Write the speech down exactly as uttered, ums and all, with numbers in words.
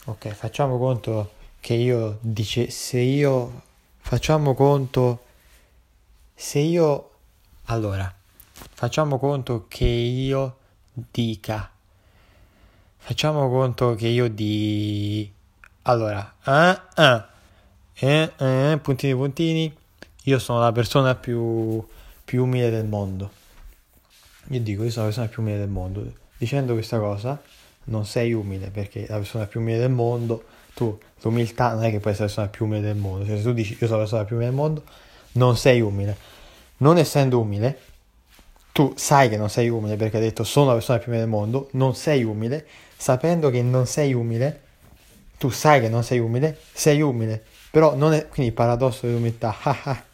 Ok, facciamo conto che io dice se io facciamo conto se io allora facciamo conto che io dica facciamo conto che io di allora eh, eh, eh, eh, puntini puntini io sono la persona più più umile del mondo. Io dico io sono la persona più umile del mondo. Dicendo questa cosa non sei umile perché la persona più umile del mondo, tu, l'umiltà non è che puoi essere la persona più umile del mondo, cioè se tu dici io sono la persona più umile del mondo, non sei umile. Non essendo umile, tu sai che non sei umile perché hai detto sono la persona più umile del mondo, non sei umile, sapendo che non sei umile, tu sai che non sei umile, sei umile, però non è, quindi il paradosso dell'umiltà,